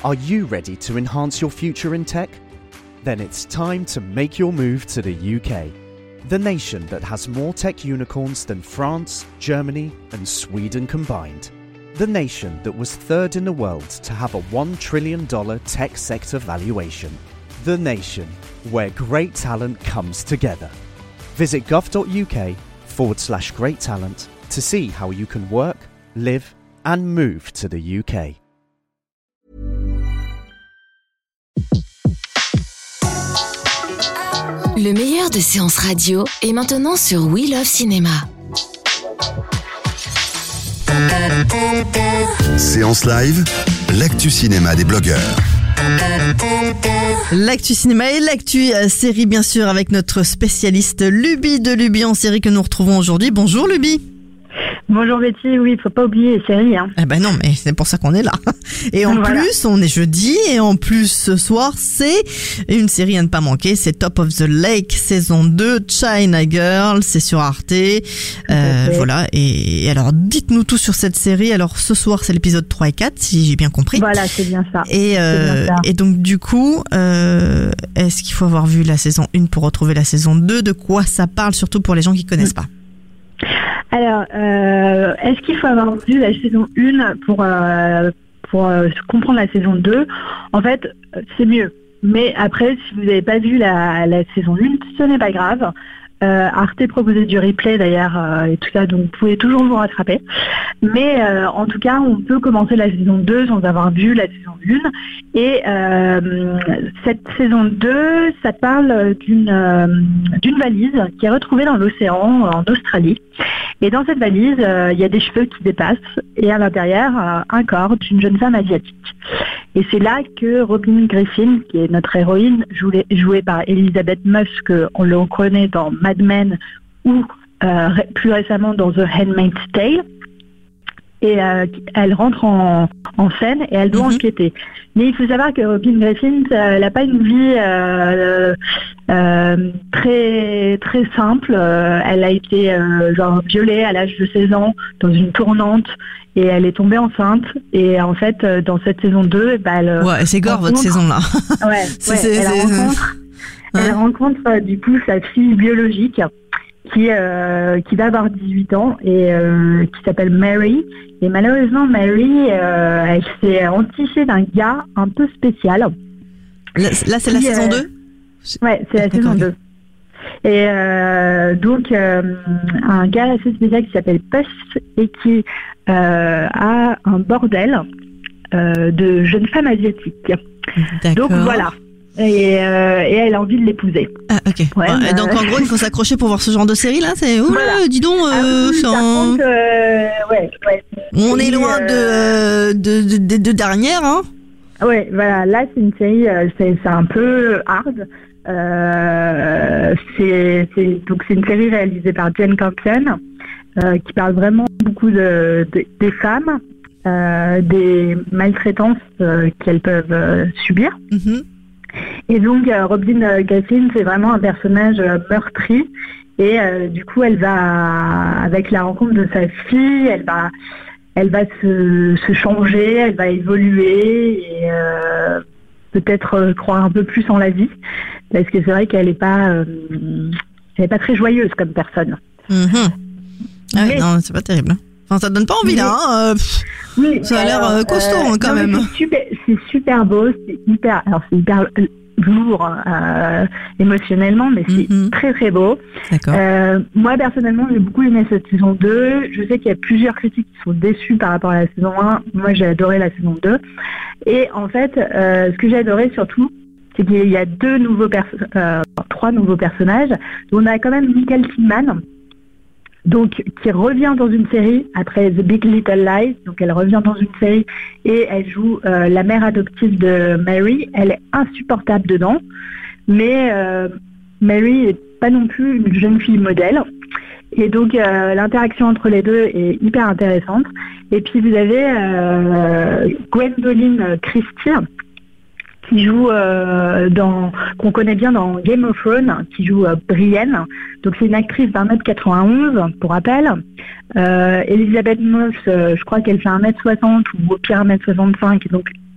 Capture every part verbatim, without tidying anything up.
Are you ready to enhance your future in tech? Then it's time to make your move to the U K, the nation that has more tech unicorns than France, Germany, and Sweden combined. The nation that was third in the world to have a one trillion dollars tech sector valuation. The nation where great talent comes together. Visit gov.uk forward slash great talent to see how you can work, live, and move to the U K. Le meilleur de séances radio est maintenant sur We Love Cinéma. Séance live, l'actu cinéma des blogueurs. L'actu cinéma et l'actu série bien sûr avec notre spécialiste Luby de Luby en série que nous retrouvons aujourd'hui. Bonjour Luby. Bonjour Betty, oui, faut pas oublier les séries. Hein. Eh ben non, mais c'est pour ça qu'on est là. Et en voilà. plus, on est jeudi et en plus ce soir, c'est une série à ne pas manquer, c'est Top of the Lake saison deux, China Girl, c'est sur Arte. Euh, voilà, et, et alors dites-nous tout sur cette série. Alors ce soir, c'est l'épisode trois et quatre, si j'ai bien compris. Voilà, c'est bien ça. Et, euh, bien ça. Et donc du coup, euh, est-ce qu'il faut avoir vu la saison un pour retrouver la saison deux? De quoi ça parle, surtout pour les gens qui connaissent pas? Alors, euh, est-ce qu'il faut avoir vu la saison un pour, euh, pour euh, comprendre la saison deux? En fait, c'est mieux. Mais après, si vous n'avez pas vu la, la saison un, ce n'est pas grave. Euh, Arte proposait du replay d'ailleurs euh, et tout ça, donc vous pouvez toujours vous rattraper. Mais euh, en tout cas, on peut commencer la saison deux sans avoir vu la saison un. Et euh, cette saison deux, ça parle d'une euh, d'une valise qui est retrouvée dans l'océan en Australie. Et dans cette valise, euh, il y a des cheveux qui dépassent et à l'intérieur, euh, un corps d'une jeune femme asiatique. Et c'est là que Robin Griffin, qui est notre héroïne, jouée, jouée par Elizabeth Moss, qu'on le connaît dans Mad Men ou euh, ré, plus récemment dans The Handmaid's Tale, et euh, elle rentre en, en scène et elle doit mm-hmm. enquêter. Mais il faut savoir que Robin Griffin, elle n'a pas une vie euh, euh, très très simple. Euh, elle a été euh, genre violée à l'âge de seize ans dans une tournante et elle est tombée enceinte. Et en fait, dans cette saison deux, bah, elle ouais, c'est gore votre saison là. Ouais, c'est, ouais, c'est, elle c'est, rencontre, ouais. elle rencontre du coup sa fille biologique. Qui, euh, qui va avoir dix-huit ans et euh, qui s'appelle Mary. Et malheureusement, Mary, euh, elle s'est entichée d'un gars un peu spécial. Là, là c'est qui, la saison deux euh, Ouais, c'est la D'accord. saison deux. Et euh, donc, euh, un gars assez spécial qui s'appelle Puss et qui euh, a un bordel euh, de jeunes femmes asiatiques. D'accord. Donc voilà. Et, euh, et elle a envie de l'épouser. Ah ok. Ouais, ouais, et donc en gros il faut s'accrocher pour voir ce genre de série là. C'est oula, voilà. Dis donc. Euh, ah oui, ça... par contre, euh, ouais, ouais. On est loin euh... de de de, de dernière hein. Ouais, voilà. Là c'est une série, euh, c'est c'est un peu hard. Euh, c'est c'est donc c'est une série réalisée par Jane Campion euh, qui parle vraiment beaucoup de, de des femmes, euh, des maltraitances euh, qu'elles peuvent euh, subir. Mm-hmm. Et donc euh, Robin Griffin, c'est vraiment un personnage euh, meurtri et euh, du coup elle va, avec la rencontre de sa fille, elle va, elle va se, se changer, elle va évoluer et euh, peut-être euh, croire un peu plus en la vie parce que c'est vrai qu'elle n'est pas, euh, elle est pas très joyeuse comme personne. Mmh. Ah mais, non, c'est pas terrible. Enfin, ça donne pas envie mais, là. Hein euh, oui, ça a l'air euh, costaud euh, hein, quand non, même. C'est super, c'est super beau, c'est hyper, alors c'est hyper lourd euh, émotionnellement, mais c'est mm-hmm. très très beau. D'accord. Euh, moi personnellement, j'ai beaucoup aimé cette saison deux. Je sais qu'il y a plusieurs critiques qui sont déçues par rapport à la saison un. Moi, j'ai adoré la saison deux. Et en fait, euh, ce que j'ai adoré surtout, c'est qu'il y a deux nouveaux perso- euh, trois nouveaux personnages. On a quand même Nicole Kidman. Donc, qui revient dans une série après The Big Little Lies. Donc, elle revient dans une série et elle joue euh, la mère adoptive de Mary. Elle est insupportable dedans. Mais euh, Mary n'est pas non plus une jeune fille modèle. Et donc, euh, l'interaction entre les deux est hyper intéressante. Et puis, vous avez euh, Gwendoline Christie, qui joue euh, dans, qu'on connaît bien dans Game of Thrones, qui joue euh, Brienne. Donc c'est une actrice d'un mètre quatre-vingt-onze, pour rappel. Euh, Elizabeth Moss, euh, je crois qu'elle fait un mètre soixante ou au pire un mètre soixante-cinq, donc c'est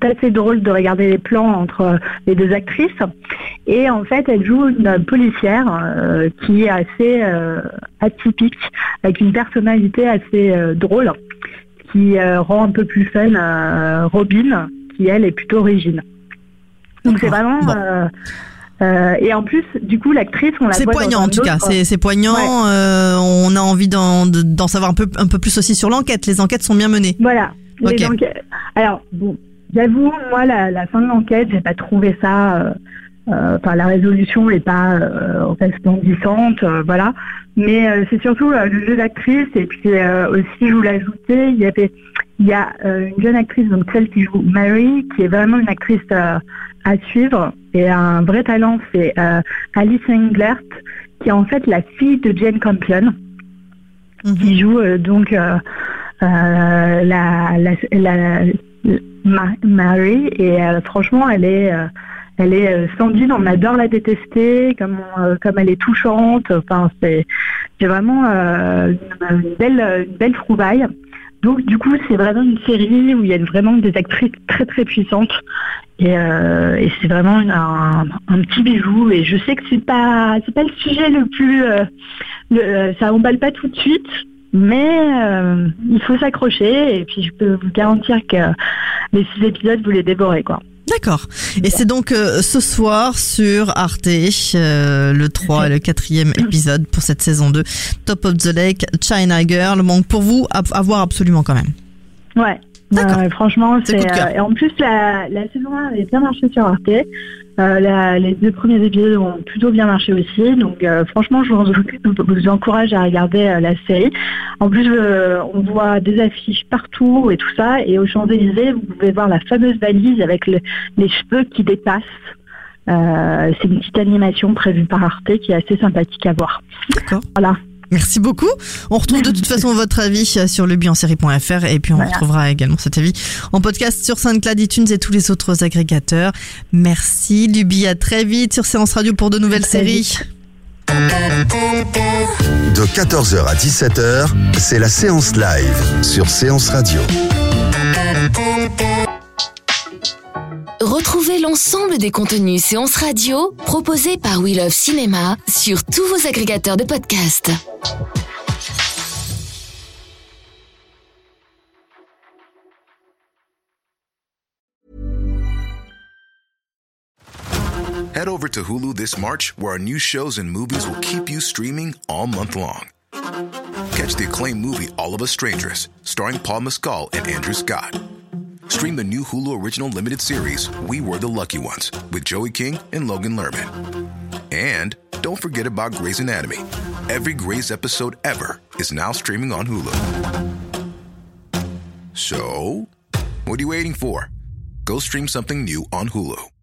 assez drôle de regarder les plans entre les deux actrices. Et en fait, elle joue une policière euh, qui est assez euh, atypique, avec une personnalité assez euh, drôle, qui euh, rend un peu plus fun euh, Robin, qui elle est plutôt rigide. Donc c'est vraiment... Bon. Euh, euh, et en plus, du coup, l'actrice, on la c'est voit poignant dans un en tout autre... cas, c'est, c'est poignant. Ouais. Euh, on a envie d'en, d'en savoir un peu, un peu plus aussi sur l'enquête. Les enquêtes sont bien menées. Voilà. Okay. Les enquêtes... Alors, bon, j'avoue, moi, la, la fin de l'enquête, j'ai pas trouvé ça... Euh, Enfin, euh, la résolution n'est pas euh, resplendissante, euh, voilà. Mais euh, c'est surtout euh, le jeu d'actrice. Et puis euh, aussi, je voulais ajouter, il y avait, il y a euh, une jeune actrice, donc celle qui joue Mary, qui est vraiment une actrice euh, à suivre et un vrai talent. C'est euh, Alice Englert, qui est en fait la fille de Jane Campion, mm-hmm. qui joue euh, donc euh, euh, la, la, la, la Mary. Et euh, franchement, elle est euh, Elle est euh, splendide, on adore la détester, comme, euh, comme elle est touchante. Enfin, c'est, c'est vraiment euh, une, une, belle, une belle trouvaille. Donc, du coup, c'est vraiment une série où il y a vraiment des actrices très très puissantes. Et, euh, et c'est vraiment un, un petit bijou. Et je sais que c'est pas, c'est pas le sujet le plus... Euh, le, ça emballe pas tout de suite. Mais euh, il faut s'accrocher. Et puis, je peux vous garantir que les six épisodes, vous les dévorez, quoi. D'accord. Et c'est donc euh, ce soir sur Arte, euh, le trois et le quatrième épisode pour cette saison deux, Top of the Lake, China Girl. Donc pour vous, à, à voir absolument quand même. Ouais. D'accord. Euh, franchement, c'est, c'est euh, et en plus la, la saison un avait bien marché sur Arte. Euh, la, les deux premiers épisodes ont plutôt bien marché aussi. Donc euh, franchement, je vous, vous encourage à regarder euh, la série. En plus, euh, on voit des affiches partout et tout ça. Et aux Champs-Élysées, vous pouvez voir la fameuse valise avec le, les cheveux qui dépassent. Euh, c'est une petite animation prévue par Arte qui est assez sympathique à voir. D'accord. Voilà. Merci beaucoup. On retrouve de toute façon votre avis sur lebiensérie point f r et puis on voilà. retrouvera également cet avis en podcast sur SoundCloud, iTunes et tous les autres agrégateurs. Merci Luby, à très vite sur Séance Radio pour de nouvelles séries. De quatorze heures à dix-sept heures, c'est la séance live sur Séance Radio. Retrouvez l'ensemble des contenus Séance Radio proposés par We Love Cinéma sur tous vos agrégateurs de podcasts. Head over to Hulu this March, where our new shows and movies will keep you streaming all month long. Catch the acclaimed movie All of Us Strangers, starring Paul Mescal and Andrew Scott. Stream the new Hulu original limited series, We Were the Lucky Ones, with Joey King and Logan Lerman. And don't forget about Grey's Anatomy. Every Grey's episode ever is now streaming on Hulu. So, what are you waiting for? Go stream something new on Hulu.